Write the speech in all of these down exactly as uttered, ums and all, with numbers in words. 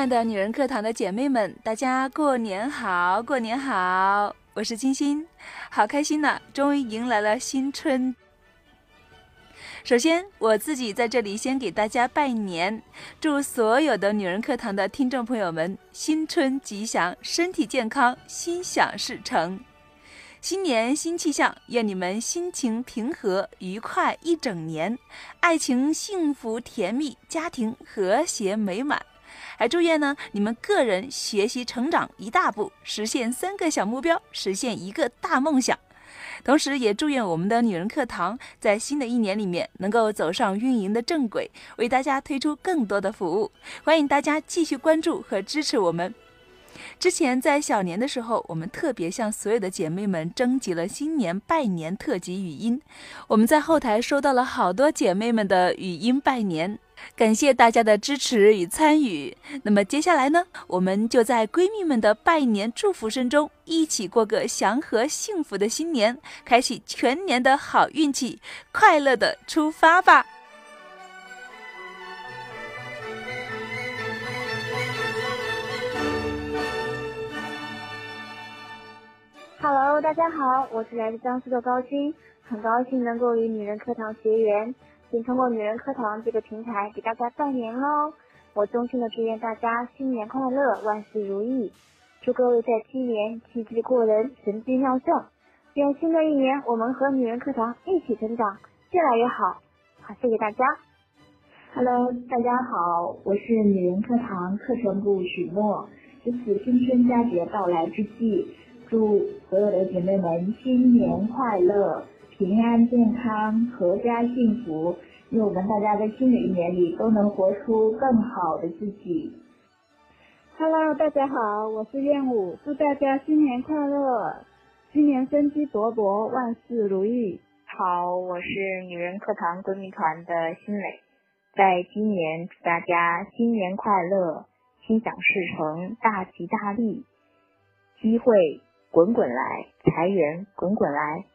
爱的女人课堂的姐妹们，大家过年好，过年好！我是清新，好开心呢，终于迎来了新春。首先，我自己在这里先给大家拜年，祝所有的女人课堂的听众朋友们新春吉祥，身体健康，心想事成。新年新气象，愿你们心情平和愉快一整年，爱情幸福甜蜜，家庭和谐美满。还祝愿呢你们个人学习成长一大步，实现三个小目标，实现一个大梦想。同时也祝愿我们的女人课堂在新的一年里面能够走上运营的正轨，为大家推出更多的服务。欢迎大家继续关注和支持我们。之前在小年的时候，我们特别向所有的姐妹们征集了新年拜年特辑语音，我们在后台收到了好多姐妹们的语音拜年，感谢大家的支持与参与。那么接下来呢，我们就在闺蜜们的拜年祝福声中，一起过个祥和幸福的新年，开启全年的好运气，快乐的出发吧。 Hello， 大家好，我是来自江苏的高军，很高兴能够与女人课堂结缘，并通过女人课堂这个平台给大家拜年喽。我衷心的祝愿大家新年快乐，万事如意，祝各位在鸡年气质过人，神机妙算。愿新的一年我们和女人课堂一起成长，越来越好。好，谢谢大家。 Hello， 大家好，我是女人课堂课程部许诺。值此新春佳节到来之际，祝所有的姐妹们新年快乐，平安健康，阖家幸福。愿我们大家在新的一年里都能活出更好的自己。 Hello， 大家好，我是燕舞，祝大家新年快乐，新年生机勃勃，万事如意。 好，我是女人课堂闺蜜团的新蕾，在今年祝大家新年快乐，心想事成，大吉大利，机会滚滚来，财源滚滚来。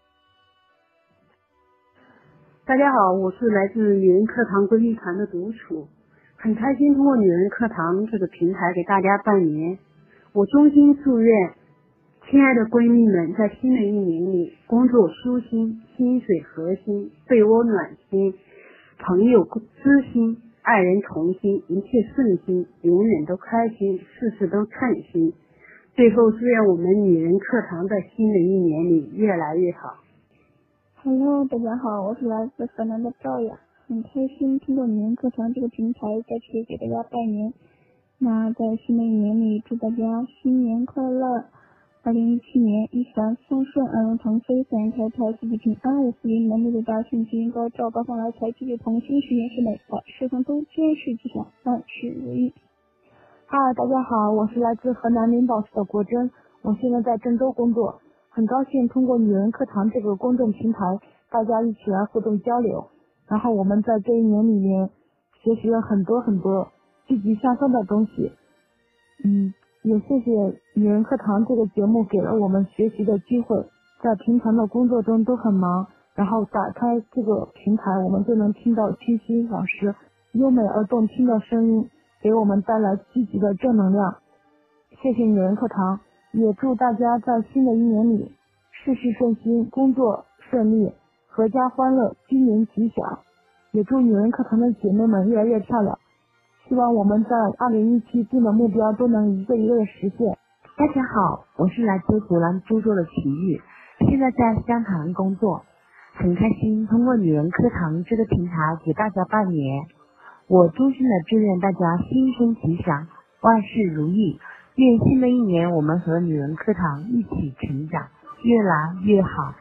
大家好，我是来自女人课堂闺蜜团的独处，很开心通过女人课堂这个平台给大家拜年。我衷心祝愿亲爱的闺蜜们在新的一年里工作舒心，薪水合心，被窝暖心，朋友知心，爱人同心，一切顺心，永远都开心，事事都称心。最后祝愿我们女人课堂在新的一年里越来越好。 Hello， 大家好，我是来自河南的赵雅，很开心通过女人课堂这个平台再次给大家拜年。那在新的一年里，祝大家新年快乐，二零一七年一帆风顺，二龙腾飞，三人开泰，四季平安，五福临门，六六大顺，吉运高照，八方来财，七月同心，十年是美，百事成都，千事吉祥，万事如意。 嗨，大家好，我是来自河南灵宝市的国珍，我现在在郑州工作，很高兴通过女人课堂这个公众平台，大家一起来互动交流，然后我们在这一年里面学习了很多很多积极向上的东西。嗯，也谢谢女人课堂这个节目给了我们学习的机会，在平常的工作中都很忙，然后打开这个平台，我们就能听到清新老师优美而动听的声音，给我们带来积极的正能量。谢谢女人课堂，也祝大家在新的一年里事事顺心，工作顺利，阖家欢乐，金年吉祥。也祝女人课堂的姐妹们越来越漂亮，希望我们在二零一七定的目标都能一个一个的实现。 大家好，我是来自湖南株洲的齐玉，现在在湘潭工作，很开心通过女人课堂这个平台给大家拜年。我衷心的祝愿大家新春吉祥，万事如意，愿新的一年我们和女人课堂一起成长，越来越好。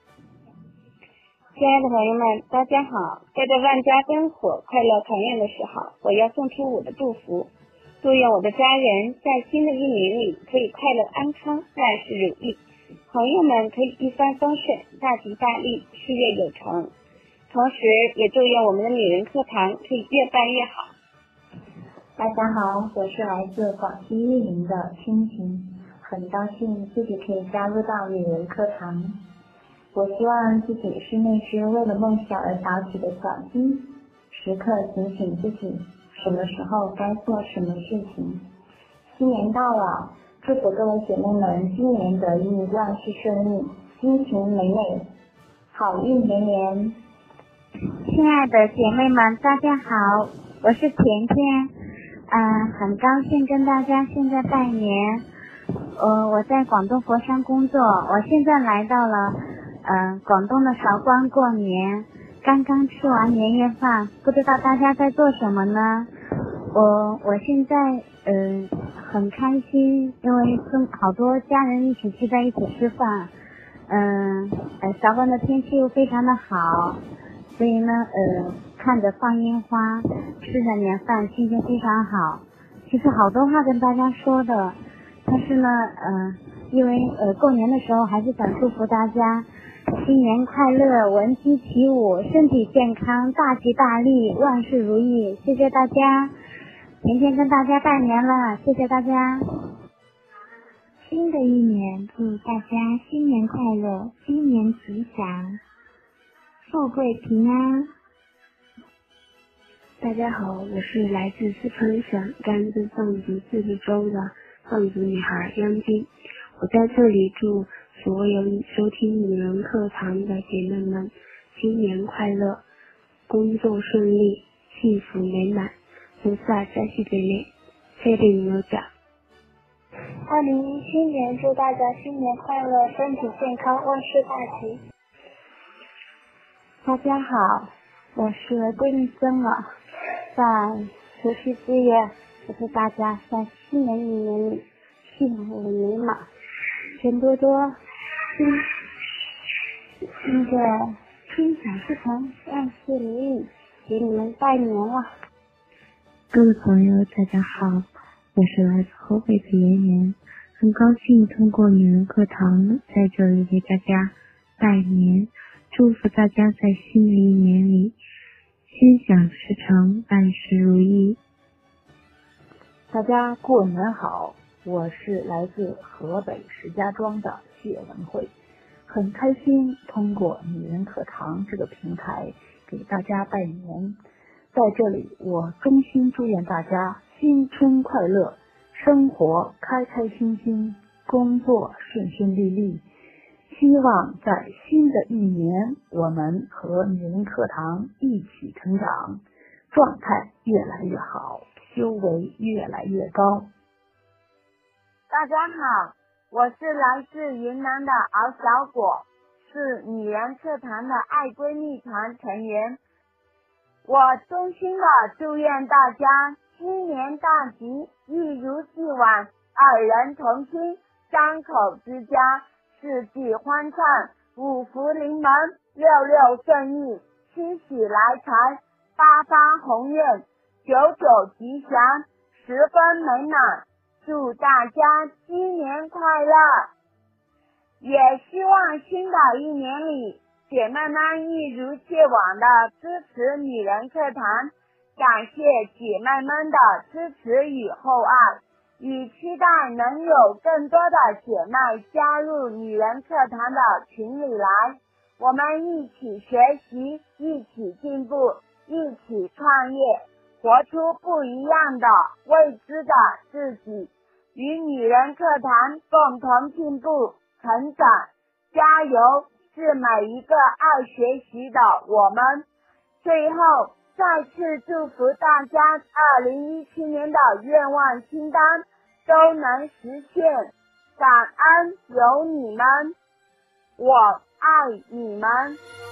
亲爱的朋友们，大家好！在这万家灯火、快乐团圆的时候，我要送出我的祝福，祝愿我的家人在新的一年里可以快乐安康，万事如意，朋友们可以一帆风顺，大吉大利，事业有成。同时也祝愿我们的女人课堂可以越办越好。 大家好，我是来自广西玉林的青晴，很高兴自己可以加入到女人课堂。我希望自己是那只为了梦想而早起的小鸡，时刻警醒自己什么时候该做什么事情， 新年到了，祝福各位姐妹们今年得意，万事顺利，心情美美，好运连连。 亲爱的姐妹们，大家好，我是甜甜，嗯、呃，很高兴跟大家现在拜年。呃，我在广东佛山工作，我现在来到了呃广东的韶关过年，刚刚吃完年夜饭，不知道大家在做什么呢？我我现在呃很开心，因为跟好多家人一起聚在一起吃饭，嗯 呃, 呃韶关的天气又非常的好，所以呢呃看着放烟花，吃着年饭，心情非常好。其实好多话跟大家说的，但是呢呃因为呃过年的时候还是想祝福大家新年快乐，闻鸡起舞，身体健康，大吉大利，万事如意。谢谢大家，甜甜跟大家拜年了，谢谢大家。 新的一年，祝大家新年快乐，新年吉祥，富贵平安。 大家好，我是来自四川省甘孜藏族自治州的藏族女孩央金，我在这里祝所有收听女人课堂的姐妹们新年快乐，工作顺利，幸福美满。菩萨加西嘴脸，谢谢你们讲。 二零一七年，祝大家新年快乐，身体健康，万事大吉。 大家好，我是闺蜜森儿，在除夕之夜，祝大家在新的一年里幸福美满，钱多多，新那个心想事成，万事如意，给你们拜年了。 各位朋友大家好，我是来自河北的妍妍，很高兴通过女人课堂在这里给大家拜年，祝福大家在新的一年里心想事成，万事如意。 大家过年好，我是来自河北石家庄的谢文慧，很开心通过女人课堂这个平台给大家拜年。在这里我衷心祝愿大家新春快乐，生活开开心心，工作顺顺利利。希望在新的一年，我们和女人课堂一起成长，状态越来越好，修为越来越高。 大家好，我是来自云南的敖小果，是女人课堂的爱闺蜜团成员。我衷心的祝愿大家新年大吉，一如既往，二人同心，三口之家，四季欢畅，五福临门，六六顺意，七喜来财，八方鸿运，九九吉祥，十分美满。祝大家新年快乐！也希望新的一年里，姐妹们一如既往的支持女人课堂，感谢姐妹们的支持与厚爱，也期待能有更多的姐妹加入女人课堂的群里来，我们一起学习，一起进步，一起创业，活出不一样的未知的自己，与女人课堂共同进步成长，加油！是每一个爱学习的我们。最后再次祝福大家二零一七年的愿望清单都能实现，感恩有你们，我爱你们。